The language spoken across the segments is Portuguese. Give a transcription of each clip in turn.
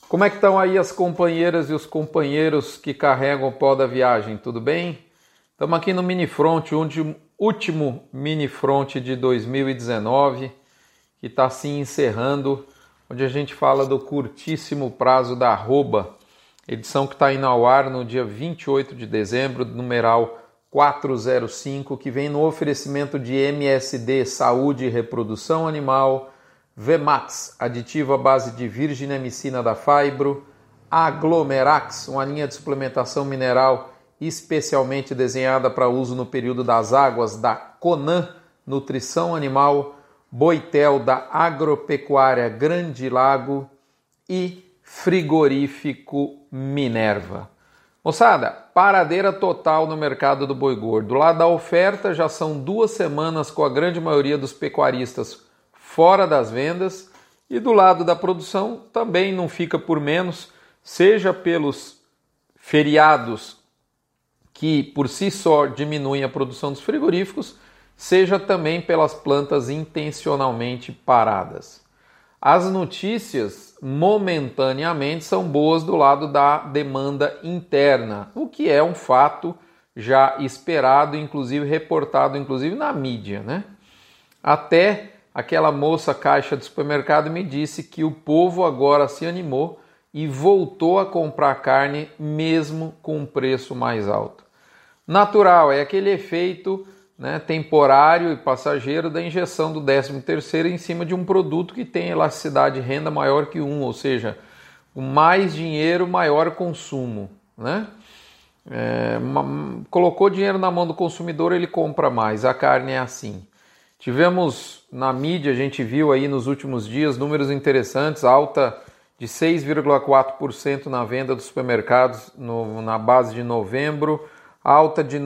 Como é que estão aí as companheiras e os companheiros que carregam o pó da viagem? Tudo bem? Estamos aqui no Minifront, o último Minifront de 2019, que está se encerrando, onde a gente fala do curtíssimo prazo da arroba, edição que está indo ao ar no dia 28 de dezembro, numeral 405, que vem no oferecimento de MSD Saúde e Reprodução Animal, Vemax, aditivo à base de virginemicina da Fibro, Aglomerax, uma linha de suplementação mineral especialmente desenhada para uso no período das águas da Conan Nutrição Animal, Boitel da Agropecuária Grande Lago e Frigorífico Minerva. Moçada, paradeira total no mercado do boi gordo. Do lado da oferta já são 2 semanas com a grande maioria dos pecuaristas fora das vendas, e do lado da produção também não fica por menos, seja pelos feriados que por si só diminuem a produção dos frigoríficos, seja também pelas plantas intencionalmente paradas. As notícias momentaneamente são boas do lado da demanda interna, o que é um fato já esperado, inclusive reportado inclusive na mídia, né? Até aquela moça caixa de supermercado me disse que o povo agora se animou e voltou a comprar carne mesmo com um preço mais alto. Natural, é aquele efeito, né, temporário e passageiro da injeção do 13º em cima de um produto que tem elasticidade de renda maior que 1, ou seja, com mais dinheiro, maior consumo, né? Colocou dinheiro na mão do consumidor, ele compra mais, a carne é assim. Tivemos na mídia, a gente viu aí nos últimos dias números interessantes, alta de 6,4% na venda dos supermercados na base de novembro, alta de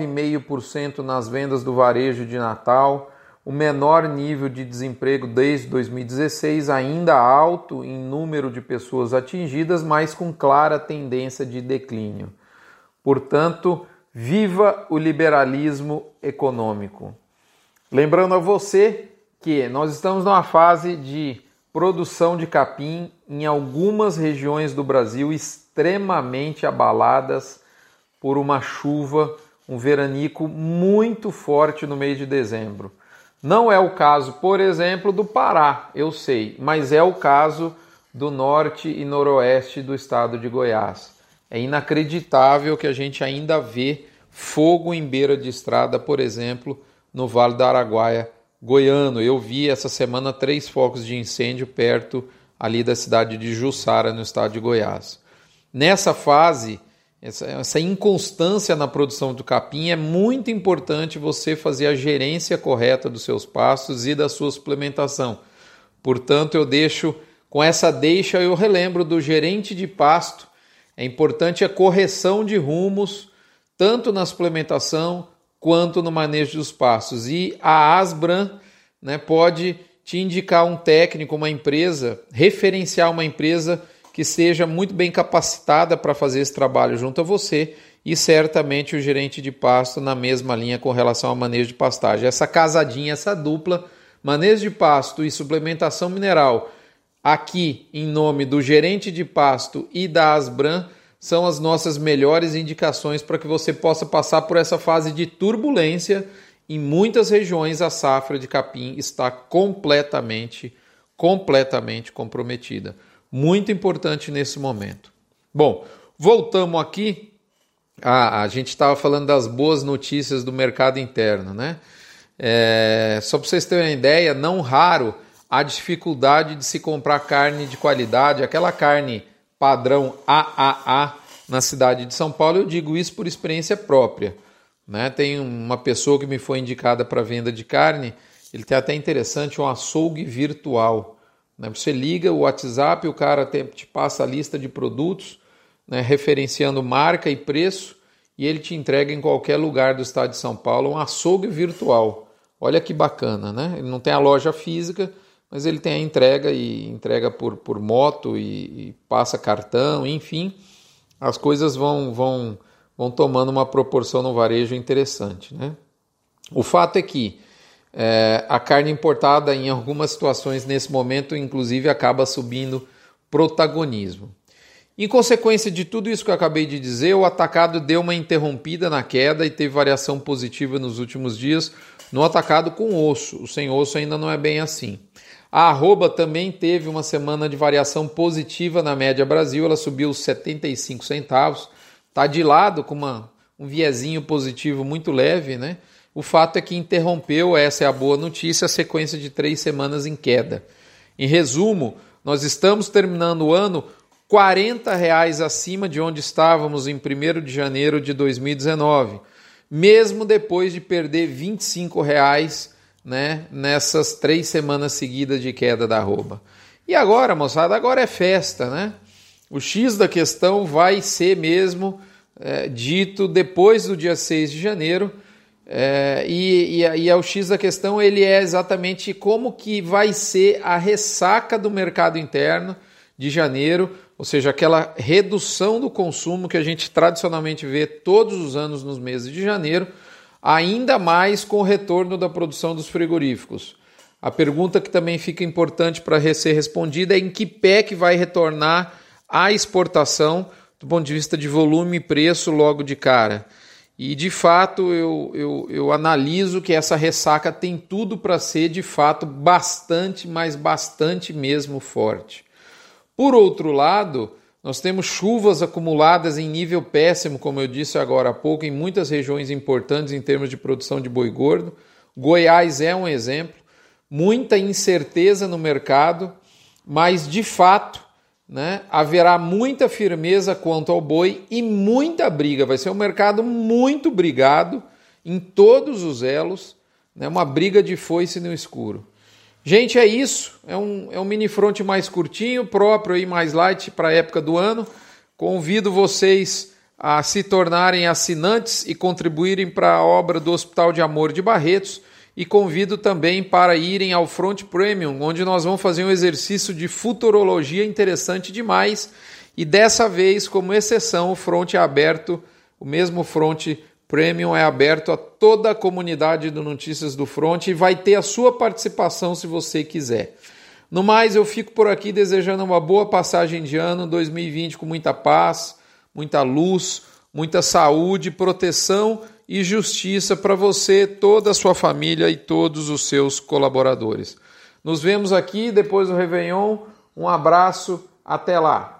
9,5% nas vendas do varejo de Natal, o menor nível de desemprego desde 2016, ainda alto em número de pessoas atingidas, mas com clara tendência de declínio. Portanto, viva o liberalismo econômico. Lembrando a você que nós estamos numa fase de produção de capim em algumas regiões do Brasil extremamente abaladas por uma chuva, um veranico muito forte no mês de dezembro. Não é o caso, por exemplo, do Pará, eu sei, mas é o caso do norte e noroeste do estado de Goiás. É inacreditável que a gente ainda vê fogo em beira de estrada, por exemplo, no Vale do Araguaia goiano. Eu vi essa semana 3 focos de incêndio perto ali da cidade de Jussara, no estado de Goiás. Nessa fase, essa inconstância na produção do capim, é muito importante você fazer a gerência correta dos seus pastos e da sua suplementação. Portanto, com essa deixa, eu relembro do gerente de pasto. É importante a correção de rumos, tanto na suplementação quanto no manejo dos pastos. E a Asbram, né, pode te indicar um técnico, uma empresa, referenciar uma empresa que seja muito bem capacitada para fazer esse trabalho junto a você, e certamente o gerente de pasto na mesma linha com relação ao manejo de pastagem. Essa casadinha, essa dupla, manejo de pasto e suplementação mineral, aqui em nome do gerente de pasto e da Asbram, são as nossas melhores indicações para que você possa passar por essa fase de turbulência. Em muitas regiões a safra de capim está completamente comprometida. Muito importante nesse momento. Bom, voltamos aqui. A gente estava falando das boas notícias do mercado interno, né? Só para vocês terem uma ideia, não raro a dificuldade de se comprar carne de qualidade, aquela carne padrão AAA na cidade de São Paulo. Eu digo isso por experiência própria, né? Tem uma pessoa que me foi indicada para venda de carne, ele tem até interessante um açougue virtual, né? Você liga o WhatsApp, o cara te passa a lista de produtos, né, referenciando marca e preço, e ele te entrega em qualquer lugar do estado de São Paulo um açougue virtual. Olha que bacana, né? Ele não tem a loja física, mas ele tem a entrega, e entrega por moto e passa cartão, enfim, as coisas vão tomando uma proporção no varejo interessante, né? O fato é que a carne importada em algumas situações nesse momento inclusive acaba subindo protagonismo. Em consequência de tudo isso que eu acabei de dizer, o atacado deu uma interrompida na queda e teve variação positiva nos últimos dias no atacado com osso. O sem osso ainda não é bem assim. A arroba também teve uma semana de variação positiva na média Brasil, ela subiu 75 centavos, está de lado com um viezinho positivo muito leve, né? O fato é que interrompeu, essa é a boa notícia, a sequência de 3 semanas em queda. Em resumo, nós estamos terminando o ano R$40 acima de onde estávamos em 1º de janeiro de 2019, mesmo depois de perder R$25, né, nessas 3 semanas seguidas de queda da arroba. E agora, moçada, agora é festa, né? O X da questão vai ser mesmo dito depois do dia 6 de janeiro, e o X da questão ele é exatamente como que vai ser a ressaca do mercado interno de janeiro, ou seja, aquela redução do consumo que a gente tradicionalmente vê todos os anos nos meses de janeiro, ainda mais com o retorno da produção dos frigoríficos. A pergunta que também fica importante para ser respondida é em que pé que vai retornar a exportação do ponto de vista de volume e preço logo de cara. E de fato eu analiso que essa ressaca tem tudo para ser de fato bastante, mas bastante mesmo forte. Por outro lado, nós temos chuvas acumuladas em nível péssimo, como eu disse agora há pouco, em muitas regiões importantes em termos de produção de boi gordo. Goiás é um exemplo. Muita incerteza no mercado, mas de fato, né, haverá muita firmeza quanto ao boi e muita briga. Vai ser um mercado muito brigado em todos os elos, né, uma briga de foice no escuro. Gente, é isso. É um mini front mais curtinho, próprio e mais light para a época do ano. Convido vocês a se tornarem assinantes e contribuírem para a obra do Hospital de Amor de Barretos. E convido também para irem ao Front Premium, onde nós vamos fazer um exercício de futurologia interessante demais. E dessa vez, como exceção, o Front é aberto, o mesmo Front Premium é aberto a toda a comunidade do Notícias do Front e vai ter a sua participação se você quiser. No mais, eu fico por aqui desejando uma boa passagem de ano 2020 com muita paz, muita luz, muita saúde, proteção e justiça para você, toda a sua família e todos os seus colaboradores. Nos vemos aqui depois do Réveillon. Um abraço, até lá!